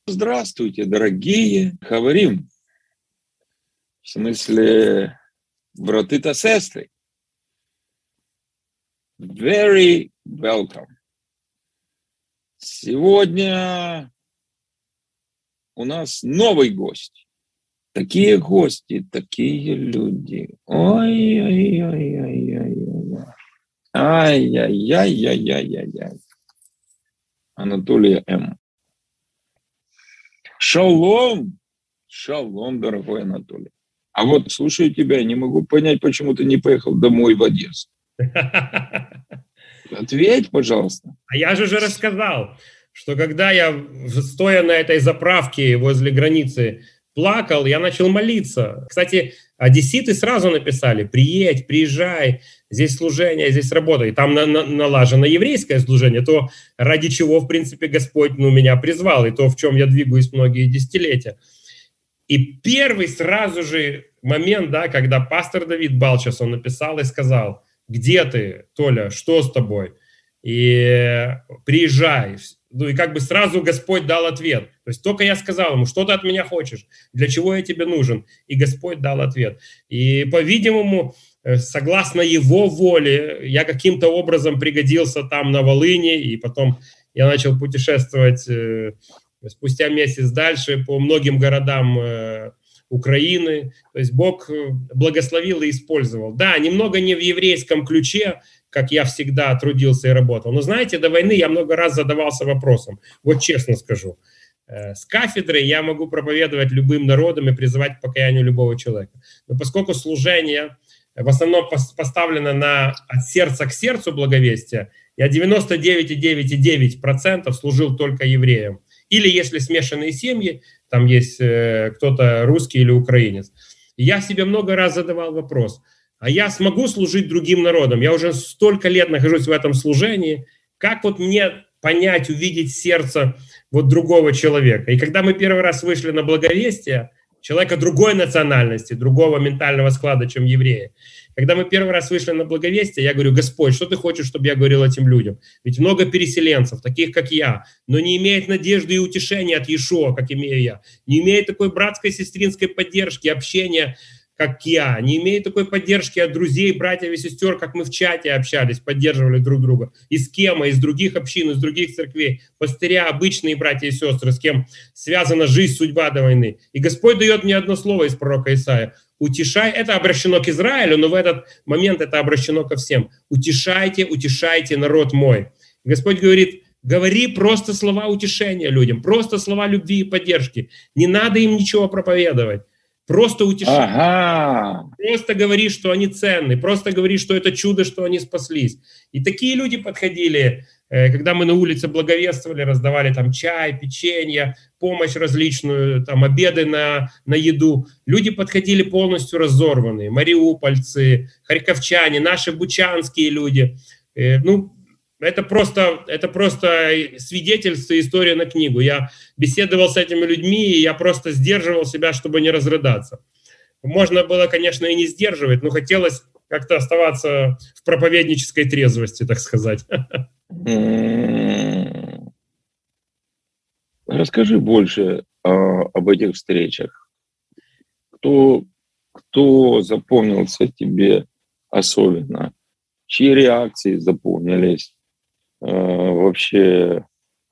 Здравствуйте, дорогие. Говорим. В смысле, браты та сестры. Very welcome. Сегодня у нас новый гость. Такие гости, такие люди. Ой-ой-ой-ой-ой-ой. Ай-яй-яй-яй-яй-яй. Анатолий М. Шалом! Шалом, дорогой Анатолий. А вот слушаю тебя, не могу понять, почему ты не поехал домой в Одессу. Ответь, пожалуйста. А я же уже рассказал, что когда я, стоя на этой заправке возле границы, плакал, я начал молиться. Кстати, одесситы сразу написали: приедь, приезжай, здесь служение, здесь работа. И там налажено еврейское служение, то, ради чего, в принципе, Господь меня призвал, и то, в чем я двигаюсь многие десятилетия. И первый сразу же момент, да, когда пастор Давид Балчас, он написал и сказал: где ты, Толя, что с тобой? И приезжай. Ну и как бы сразу Господь дал ответ. То есть только я сказал ему: что ты от меня хочешь, для чего я тебе нужен? И Господь дал ответ. И, по-видимому, согласно его воле, я каким-то образом пригодился там на Волыни, и потом я начал путешествовать спустя месяц дальше по многим городам Украины. То есть Бог благословил и использовал. Да, немного не в еврейском ключе, как я всегда трудился и работал. Но знаете, до войны я много раз задавался вопросом. Вот честно скажу. С кафедры я могу проповедовать любым народам и призывать к покаянию любого человека. Но поскольку служение в основном поставлено на от сердца к сердцу благовестия, я 99,9% служил только евреям. Или если смешанные семьи, там есть кто-то русский или украинец. И я себе много раз задавал вопрос: а я смогу служить другим народам? Я уже столько лет нахожусь в этом служении. Как вот мне понять, увидеть сердце вот другого человека? И когда мы первый раз вышли на благовестие, человека другой национальности, другого ментального склада, чем евреи, когда мы первый раз вышли на благовестие, я говорю: Господь, что ты хочешь, чтобы я говорил этим людям? Ведь много переселенцев, таких как я, но не имеет надежды и утешения от Иешуа, как имею я, не имеет такой братской, сестринской поддержки, общения, как я, не имеет такой поддержки от друзей, братьев и сестер, как мы в чате общались, поддерживали друг друга, из Кема, из других общин, из других церквей, пастыря, обычные братья и сестры, с кем связана жизнь, судьба до войны. И Господь дает мне одно слово из пророка Исаия: утешай. Это обращено к Израилю, но в этот момент это обращено ко всем. Утешайте, утешайте народ мой. И Господь говорит: говори просто слова утешения людям, просто слова любви и поддержки. Не надо им ничего проповедовать. Просто утешай. Ага. Просто говори, что они ценны. Просто говори, что это чудо, что они спаслись. И такие люди подходили, когда мы на улице благовествовали, раздавали там чай, печенье, помощь различную, там обеды на еду. Люди подходили полностью разорванные. Мариупольцы, харьковчане, наши бучанские люди. Это просто свидетельство, история на книгу. Я беседовал с этими людьми, и я просто сдерживал себя, чтобы не разрыдаться. Можно было, конечно, и не сдерживать, но хотелось как-то оставаться в проповеднической трезвости, так сказать. Расскажи больше об этих встречах. Кто запомнился тебе особенно? Чьи реакции запомнились? Вообще,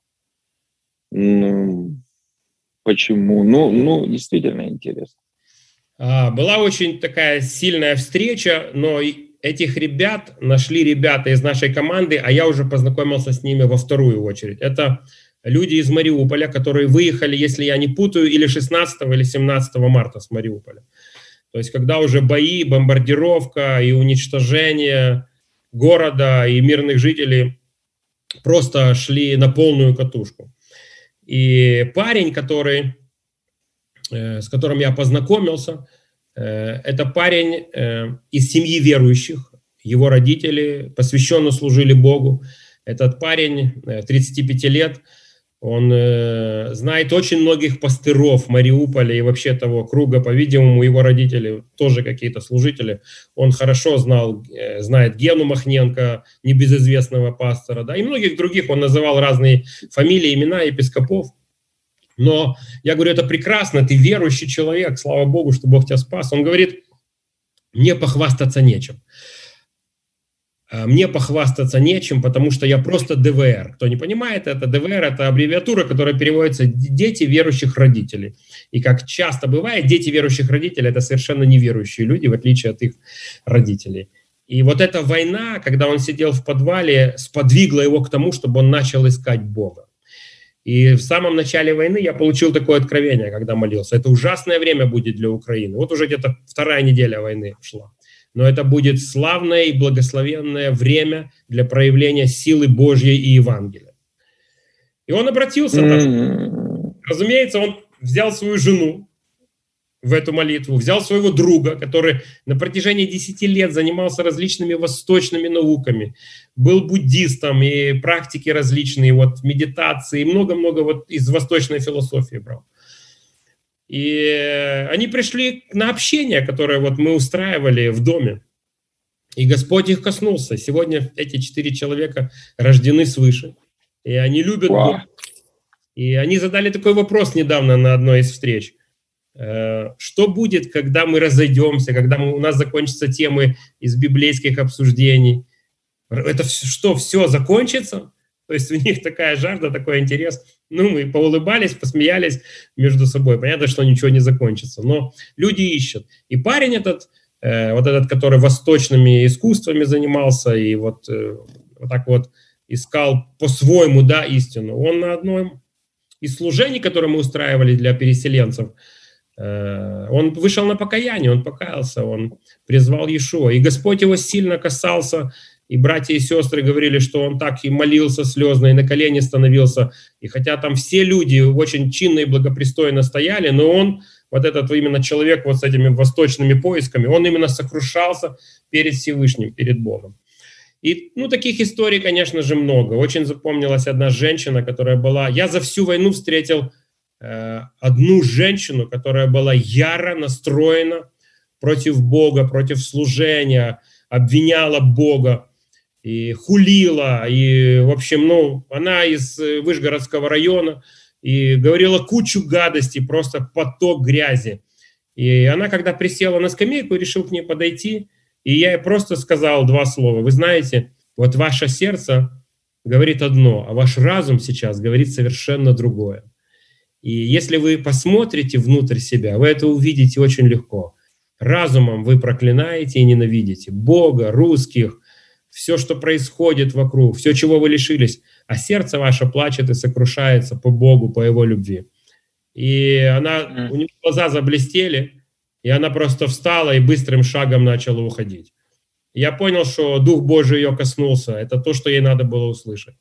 почему? Действительно интересно. Была очень такая сильная встреча, но этих ребят нашли ребята из нашей команды, а я уже познакомился с ними во вторую очередь. Это люди из Мариуполя, которые выехали, если я не путаю, или 16 или 17 марта с Мариуполя. То есть когда уже бои, бомбардировка и уничтожение города и мирных жителей просто шли на полную катушку. И парень, с которым я познакомился, это парень из семьи верующих. Его родители посвященно служили Богу. Этот парень 35 лет, он знает очень многих пастыров Мариуполя и вообще того круга. По-видимому, его родители тоже какие-то служители. Он хорошо знает Гену Махненко, небезызвестного пастора, да, и многих других. Он называл разные фамилии, имена епископов. Но я говорю, это прекрасно, ты верующий человек, слава Богу, что Бог тебя спас. Он говорит, мне похвастаться нечем. Мне похвастаться нечем, потому что я просто ДВР. Кто не понимает, это ДВР, это аббревиатура, которая переводится «дети верующих родителей». И как часто бывает, дети верующих родителей – это совершенно неверующие люди, в отличие от их родителей. И вот эта война, когда он сидел в подвале, сподвигла его к тому, чтобы он начал искать Бога. И в самом начале войны я получил такое откровение, когда молился. Это ужасное время будет для Украины. Вот уже где-то 2-я неделя войны шла. Но это будет славное и благословенное время для проявления силы Божьей и Евангелия. И он обратился, разумеется, он взял свою жену в эту молитву, взял своего друга, который на протяжении 10 лет занимался различными восточными науками, был буддистом и практики различные, вот медитации, много-много вот из восточной философии брал. И они пришли на общение, которое вот мы устраивали в доме. И Господь их коснулся. Сегодня эти 4 человека рождены свыше. И они любят Бога. И они задали такой вопрос недавно на одной из встреч. Что будет, когда мы разойдемся, когда у нас закончатся темы из библейских обсуждений? Это что, все закончится? То есть у них такая жажда, такой интерес. Ну, мы поулыбались, посмеялись между собой. Понятно, что ничего не закончится. Но люди ищут. И парень этот, вот этот, который восточными искусствами занимался и вот так вот искал по-своему, да, истину. Он на одном из служений, которые мы устраивали для переселенцев, он вышел на покаяние, он покаялся, он призвал Иешуа. И Господь его сильно касался. И братья и сестры говорили, что он так и молился слезно, и на колени становился. И хотя там все люди очень чинно и благопристойно стояли, но он, вот этот именно человек вот с этими восточными поисками, он именно сокрушался перед Всевышним, перед Богом. И, ну, таких историй, конечно же, много. Очень запомнилась одна женщина, которая была... Я за всю войну встретил одну женщину, которая была яро настроена против Бога, против служения, обвиняла Бога и хулила, и, в общем, ну, она из Вышгородского района, и говорила кучу гадостей, просто поток грязи. И она, когда присела на скамейку, решил к ней подойти, и я ей просто сказал 2 слова. Вы знаете, вот ваше сердце говорит одно, а ваш разум сейчас говорит совершенно другое. И если вы посмотрите внутрь себя, вы это увидите очень легко. Разумом вы проклинаете и ненавидите Бога, русских, все, что происходит вокруг, все, чего вы лишились, а сердце ваше плачет и сокрушается по Богу, по Его любви. И она, у нее глаза заблестели, и она просто встала и быстрым шагом начала уходить. Я понял, что Дух Божий ее коснулся. Это то, что ей надо было услышать.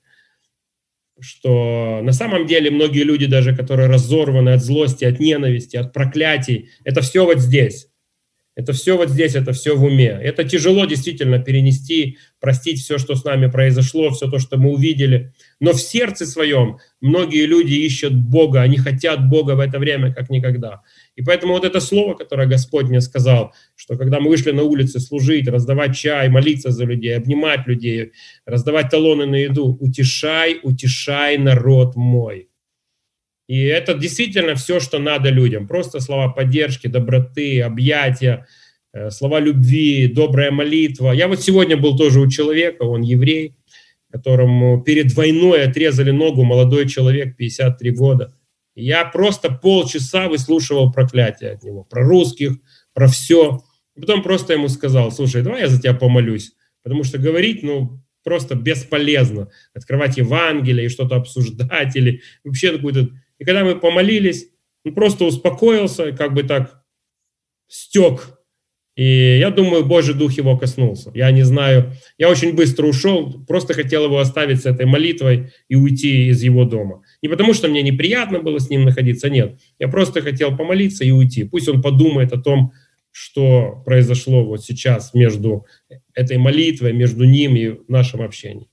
Что на самом деле многие люди, даже которые разорваны от злости, от ненависти, от проклятий, это все вот здесь. Это все вот здесь, это все в уме. Это тяжело действительно перенести, простить все, что с нами произошло, все то, что мы увидели. Но в сердце своем многие люди ищут Бога, они хотят Бога в это время, как никогда. И поэтому вот это слово, которое Господь мне сказал, что когда мы вышли на улицы служить, раздавать чай, молиться за людей, обнимать людей, раздавать талоны на еду, утешай, утешай народ мой. И это действительно все, что надо людям. Просто слова поддержки, доброты, объятия, слова любви, добрая молитва. Я вот сегодня был тоже у человека, он еврей, которому перед войной отрезали ногу, молодой человек, 53 года. И я просто полчаса выслушивал проклятия от него, про русских, про все. И потом просто ему сказал: слушай, давай я за тебя помолюсь, потому что говорить, ну, просто бесполезно. Открывать Евангелие и что-то обсуждать или вообще какую-то... И когда мы помолились, он просто успокоился, как бы так стек. И я думаю, Божий Дух его коснулся. Я не знаю, я очень быстро ушел, просто хотел его оставить с этой молитвой и уйти из его дома. Не потому, что мне неприятно было с ним находиться, нет. Я просто хотел помолиться и уйти. Пусть он подумает о том, что произошло вот сейчас между этой молитвой, между ним и нашим общением.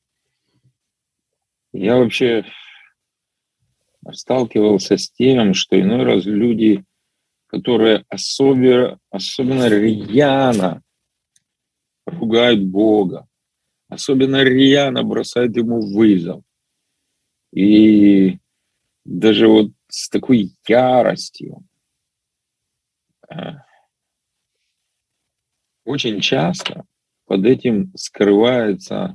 Я вообще сталкивался с тем, что иной раз люди, которые особенно рьяно ругают Бога, особенно рьяно бросают ему вызов. И даже вот с такой яростью. Очень часто под этим скрывается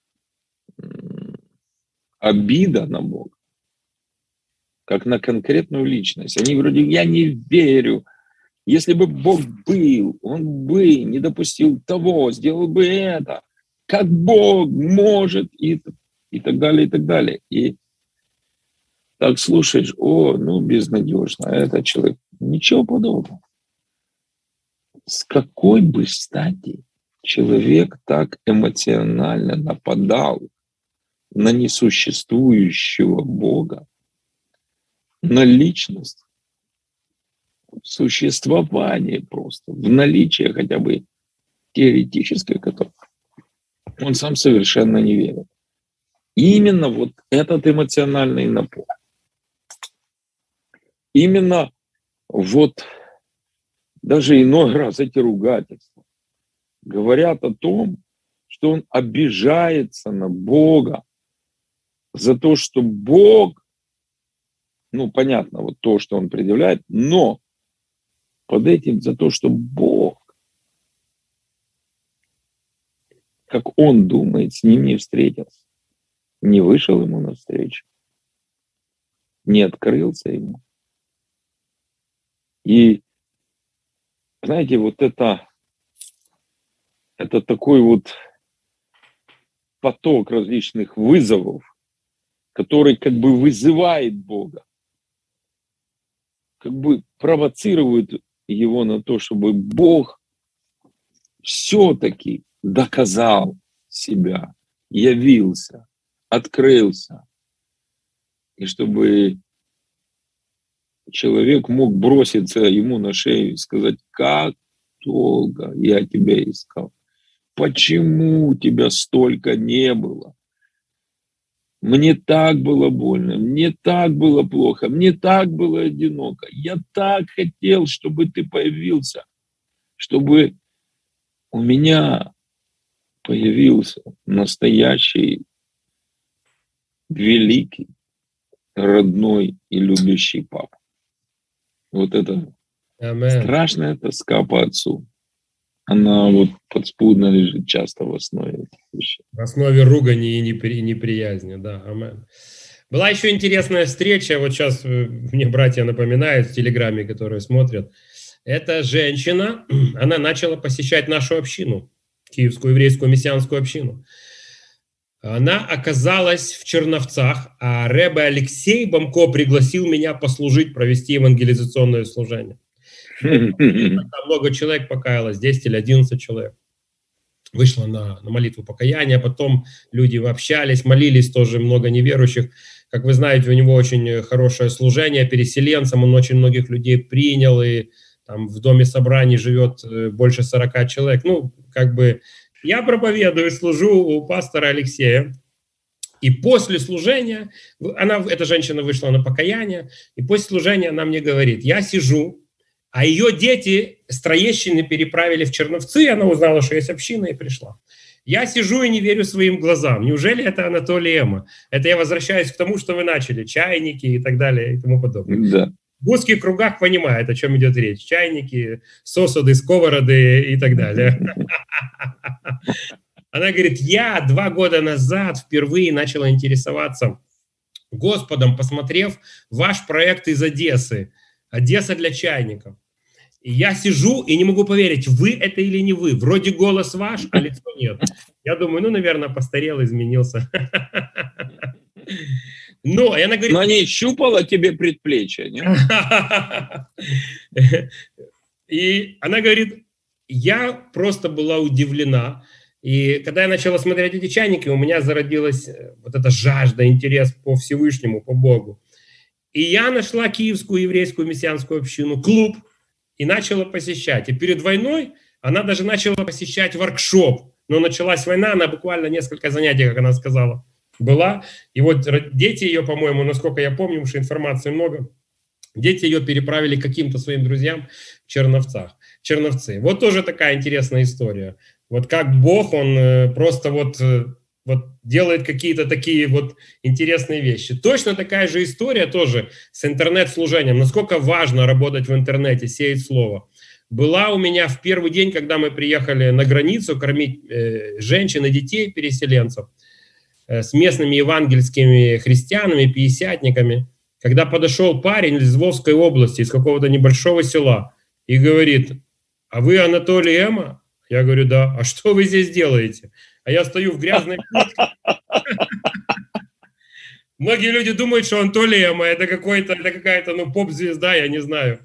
обида на Бога, как на конкретную личность. Они вроде, я не верю. Если бы Бог был, Он бы не допустил того, сделал бы это. Как Бог может, и так далее, и так далее. И так слушаешь, безнадежно, этот человек. Ничего подобного. С какой бы стати человек так эмоционально нападал на несуществующего Бога, на личность, существование просто, в наличие хотя бы теоретическое, которое он сам совершенно не верит. Именно вот этот эмоциональный напор. Именно вот даже иной раз эти ругательства говорят о том, что он обижается на Бога за то, что Бог, понятно, вот то, что он предъявляет, но под этим за то, что Бог, как он думает, с ним не встретился, не вышел ему навстречу, не открылся ему. И, знаете, вот это такой вот поток различных вызовов, который как бы вызывает Бога, как бы провоцирует его на то, чтобы Бог все-таки доказал себя, явился, открылся, и чтобы человек мог броситься ему на шею и сказать, как долго я тебя искал, почему тебя столько не было, мне так было больно, мне так было плохо, мне так было одиноко, я так хотел, чтобы ты появился, чтобы у меня появился настоящий, великий, родной и любящий папа. Вот это страшная тоска по отцу. Она вот подспудно лежит часто в основе этих вещей. В основе ругани и неприязни, да, амен. Была еще интересная встреча, вот сейчас мне братья напоминают в Телеграме, которые смотрят. Эта женщина, она начала посещать нашу общину, Киевскую еврейскую мессианскую общину. Она оказалась в Черновцах, а ребе Алексей Бамко пригласил меня послужить, провести евангелизационное служение. Много человек покаялось, 10 или 11 человек. Вышло на молитву покаяния, потом люди общались, молились, тоже много неверующих. Как вы знаете, у него очень хорошее служение переселенцам, он очень многих людей принял, и там в доме собраний живет больше 40 человек. Я проповедую, служу у пастора Алексея. И после служения, эта женщина вышла на покаяние, и после служения она мне говорит, я сижу, а ее дети с Троещины переправили в Черновцы, она узнала, что есть община, и пришла. Я сижу и не верю своим глазам. Неужели это Анатолий Эма? Это я возвращаюсь к тому, что вы начали, чайники и так далее и тому подобное. Да. В узких кругах понимают, о чем идет речь. Чайники, сосуды, сковороды и так далее. Она говорит, я 2 года назад впервые начала интересоваться Господом, посмотрев ваш проект из Одессы. Одесса для чайников. И я сижу и не могу поверить, вы это или не вы. Вроде голос ваш, а лицо нет. Я думаю, наверное, постарел, изменился. И она говорит... Но не щупала тебе предплечье, нет? И она говорит, я просто была удивлена. И когда я начала смотреть эти чайники, у меня зародилась вот эта жажда, интерес по Всевышнему, по Богу. И я нашла Киевскую еврейскую мессианскую общину, клуб, и начала посещать. И перед войной она даже начала посещать воркшоп. Но началась война, она буквально несколько занятий, как она сказала, была. И вот дети ее, по-моему, насколько я помню, потому что информации много, дети ее переправили к каким-то своим друзьям в Черновцы. Вот тоже такая интересная история. Вот как Бог, он просто вот вот делает какие-то такие вот интересные вещи. Точно такая же история тоже с интернет-служением. Насколько важно работать в интернете, сеять слово. Была у меня в первый день, когда мы приехали на границу кормить женщин и детей, переселенцев, с местными евангельскими христианами, пятидесятниками, когда подошел парень из Львовской области, из какого-то небольшого села, и говорит: а вы Анатолий Эма? Я говорю: да. А что вы здесь делаете? А я стою в грязной куртке. Многие люди думают, что Анатолий Эма это какая-то поп-звезда, я не знаю.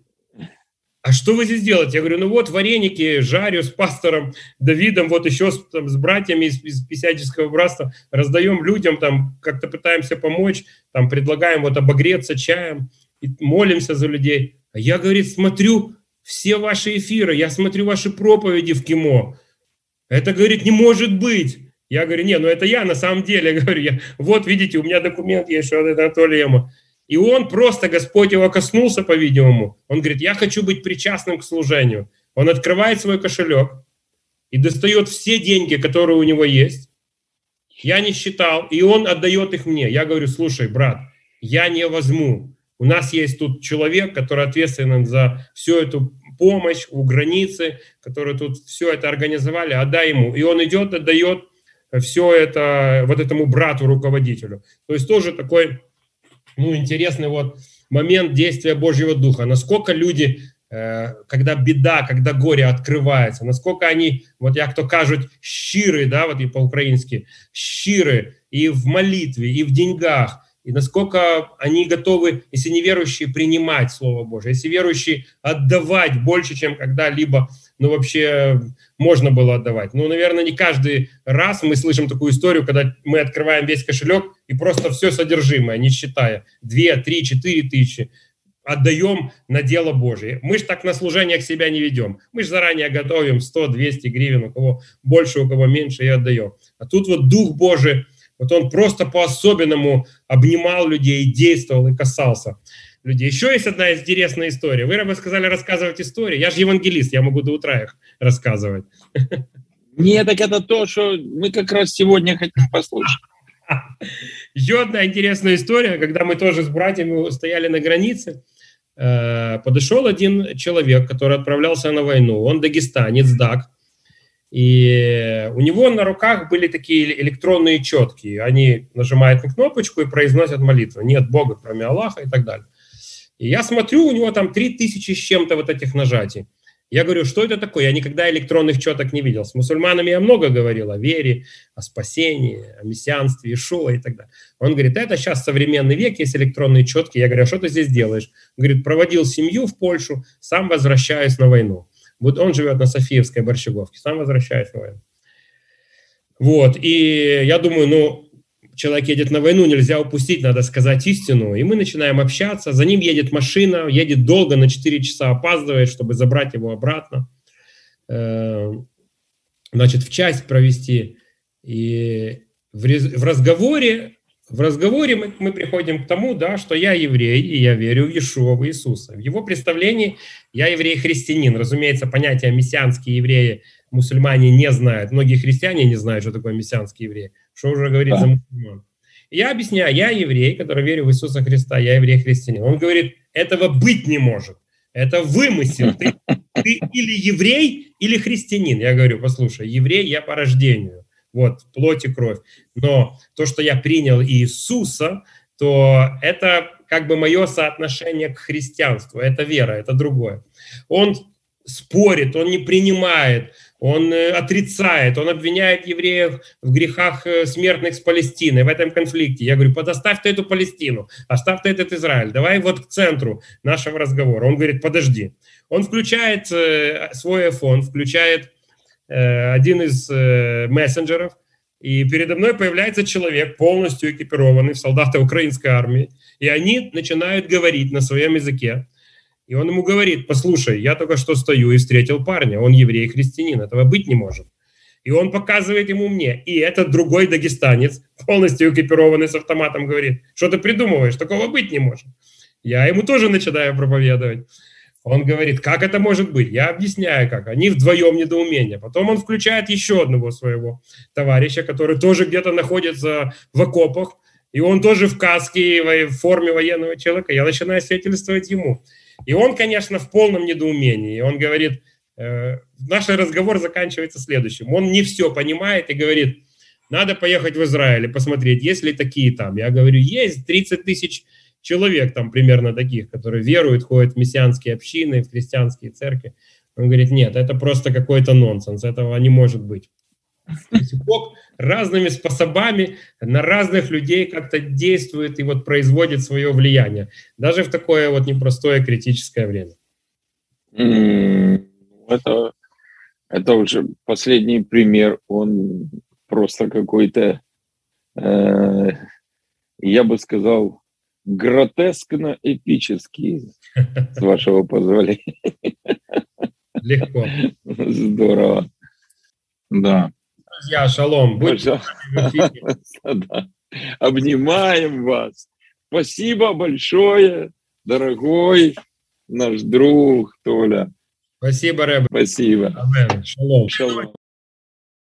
А что вы здесь делаете? Я говорю: ну вот вареники жарю с пастором Давидом, вот еще с братьями из пятидесятнического братства, раздаем людям, там как-то пытаемся помочь, там предлагаем вот обогреться чаем, и молимся за людей. А я, говорит, смотрю все ваши эфиры, я смотрю ваши проповеди в КИМО. Это, говорит, не может быть. Я говорю: не, ну это я на самом деле. Я говорю: вот видите, у меня документ есть, что это Анатолий Эма. И он просто, Господь его коснулся, по-видимому. Он говорит: я хочу быть причастным к служению. Он открывает свой кошелек и достает все деньги, которые у него есть. Я не считал, и он отдает их мне. Я говорю: слушай, брат, я не возьму. У нас есть тут человек, который ответственен за всю эту помощь у границы, которые тут все это организовали, отдай ему. И он идет, отдает все это вот этому брату-руководителю. То есть тоже такой... интересный вот момент действия Божьего Духа. Насколько люди, когда беда, когда горе открывается, насколько они, вот як то кажуть, щиры, да, вот и по-украински, щиры и в молитве, и в деньгах, и насколько они готовы, если неверующие, принимать Слово Божие, если верующие отдавать больше, чем когда-либо, вообще можно было отдавать. Наверное, не каждый раз мы слышим такую историю, когда мы открываем весь кошелек и просто все содержимое, не считая, 2, 3, 4 тысячи, отдаем на дело Божие. Мы же так на служениях себя не ведем. Мы же заранее готовим 100, 200 гривен, у кого больше, у кого меньше, и отдаем. А тут вот Дух Божий, вот он просто по-особенному обнимал людей, действовал и касался людей. Еще есть одна интересная история. Вы сказали рассказывать истории. Я же евангелист, я могу до утра их рассказывать. Нет, так это то, что мы как раз сегодня хотим послушать. Еще одна интересная история, когда мы тоже с братьями стояли на границе, подошел один человек, который отправлялся на войну. Он дагестанец, даг. И у него на руках были такие электронные четки. Они нажимают на кнопочку и произносят молитву. Нет Бога, кроме Аллаха, и так далее. И я смотрю, у него там 3000 с чем-то вот этих нажатий. Я говорю: что это такое? Я никогда электронных четок не видел. С мусульманами я много говорил о вере, о спасении, о мессианстве, Иешуа и так далее. Он говорит: это сейчас современный век, есть электронные четки. Я говорю: а что ты здесь делаешь? Он говорит: проводил семью в Польшу, сам возвращаюсь на войну. Вот он живет на Софиевской Борщеговке, сам возвращаюсь на войну. Вот, и я думаю, человек едет на войну, нельзя упустить, надо сказать истину. И мы начинаем общаться, за ним едет машина, едет долго, на 4 часа опаздывает, чтобы забрать его обратно. Значит, в часть провести. И в разговоре мы приходим к тому, да, что я еврей, и я верю в Иешуа, в Иисуса. В его представлении я еврей-христианин. Разумеется, понятие мессианские евреи, мусульмане не знают. Многие христиане не знают, что такое мессианские евреи. Что уже говорить за мусульман. Я объясняю: я еврей, который верю в Иисуса Христа, я еврей-христианин. Он говорит: этого быть не может. Это вымысел. Ты или еврей, или христианин. Я говорю: послушай, еврей я по рождению. Вот, плоть и кровь. Но то, что я принял Иисуса, то это как бы мое соотношение к христианству. Это вера, это другое. Он спорит, он не принимает, он отрицает, он обвиняет евреев в грехах смертных с Палестиной в этом конфликте. Я говорю: подоставь ты эту Палестину, оставь ты этот Израиль, давай вот к центру нашего разговора. Он говорит: подожди. Он включает свой iPhone, включает один из мессенджеров, и передо мной появляется человек, полностью экипированный в солдаты украинской армии, и они начинают говорить на своем языке. И он ему говорит: послушай, я только что стою и встретил парня, он еврей-христианин, этого быть не может. И он показывает ему мне. И этот другой дагестанец, полностью экипированный с автоматом, говорит: что ты придумываешь, такого быть не может. Я ему тоже начинаю проповедовать. Он говорит, как это может быть? Я объясняю, как. Они вдвоем недоумение. Потом он включает еще одного своего товарища, который тоже где-то находится в окопах, и он тоже в каске, в форме военного человека. Я начинаю свидетельствовать ему. И он, конечно, в полном недоумении. И он говорит, наш разговор заканчивается следующим. Он не все понимает и говорит, надо поехать в Израиль и посмотреть, есть ли такие там. Я говорю, есть 30 тысяч человек там примерно таких, которые веруют, ходят в мессианские общины, в христианские церкви. Он говорит, нет, это просто какой-то нонсенс, этого не может быть. То есть Бог разными способами на разных людей как-то действует и вот производит свое влияние, даже в такое вот непростое критическое время. Это уже последний пример, он просто какой-то, я бы сказал, гротескно-эпический, с вашего позволения. Легко. Здорово. Да. Друзья, шалом. Да. Обнимаем вас. Спасибо большое, дорогой наш друг Толя. Спасибо, Рэбе. Спасибо. Амен. Шалом. Шалом.